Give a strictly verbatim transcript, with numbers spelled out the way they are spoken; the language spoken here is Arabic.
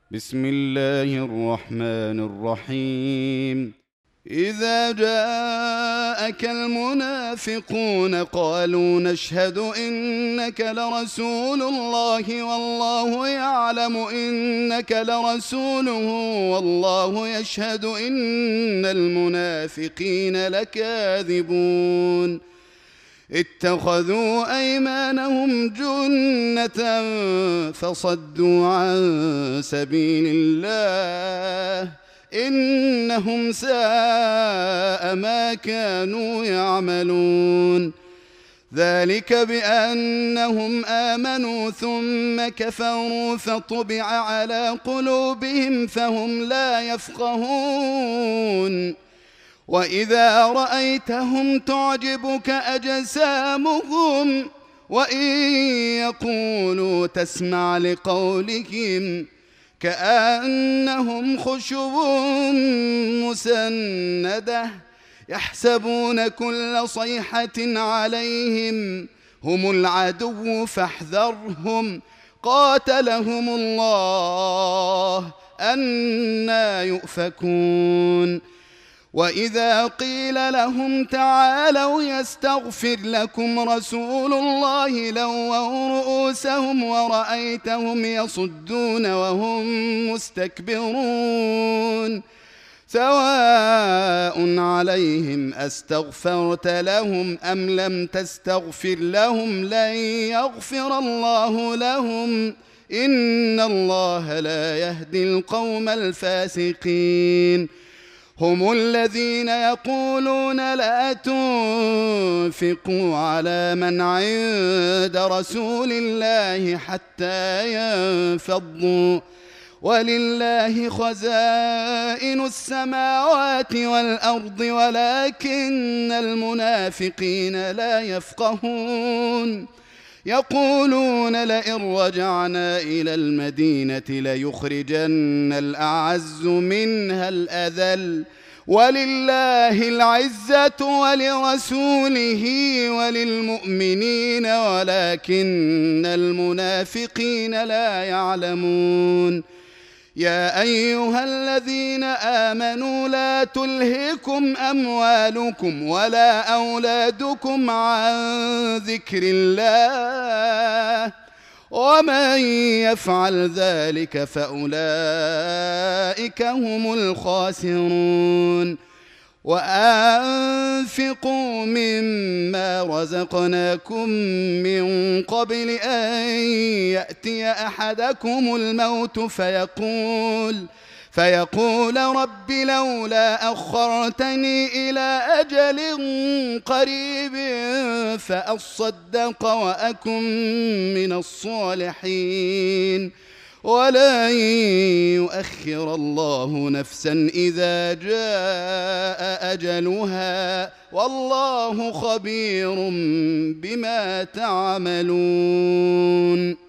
بسم الله الرحمن الرحيم. إذا جاءك المنافقون قالوا نشهد إنك لرسول الله والله يعلم إنك لرسوله والله يشهد إن المنافقين لكاذبون. اتخذوا أيمانهم جنة فصدوا عن سبيل الله إنهم ساء ما كانوا يعملون. ذلك بأنهم آمنوا ثم كفروا فطبع على قلوبهم فهم لا يفقهون. وإذا رأيتهم تعجبك أجسامهم وإن يقولوا تسمع لقولهم كأنهم خشب مسندة يحسبون كل صيحة عليهم هم العدو فاحذرهم قاتلهم الله أنى يؤفكون. وإذا قيل لهم تعالوا يستغفر لكم رسول الله لووا رؤوسهم ورأيتهم يصدون وهم مستكبرون. سواء عليهم أستغفرت لهم أم لم تستغفر لهم لن يغفر الله لهم إن الله لا يهدي القوم الفاسقين. هم الذين يقولون لا تنفقوا على من عند رسول الله حتى ينفضوا ولله خزائن السماوات والأرض ولكن المنافقين لا يفقهون. يقولون لئن رجعنا إلى المدينة ليخرجن الأعز منها الأذل ولله العزة ولرسوله وللمؤمنين ولكن المنافقين لا يعلمون. يا أيها الذين آمنوا لا تلهكم أموالكم ولا أولادكم عن ذكر الله ومن يفعل ذلك فأولئك هم الخاسرون. وأنفقوا مما رزقناكم من قبل أن يأتي أحدكم الموت فيقول فيقول رب لولا أخرتني إلى أجل قريب فأصدق وأكن من الصالحين ولن يؤخر الله نفسا إذا جاء أجلها والله خبير بما تعملون.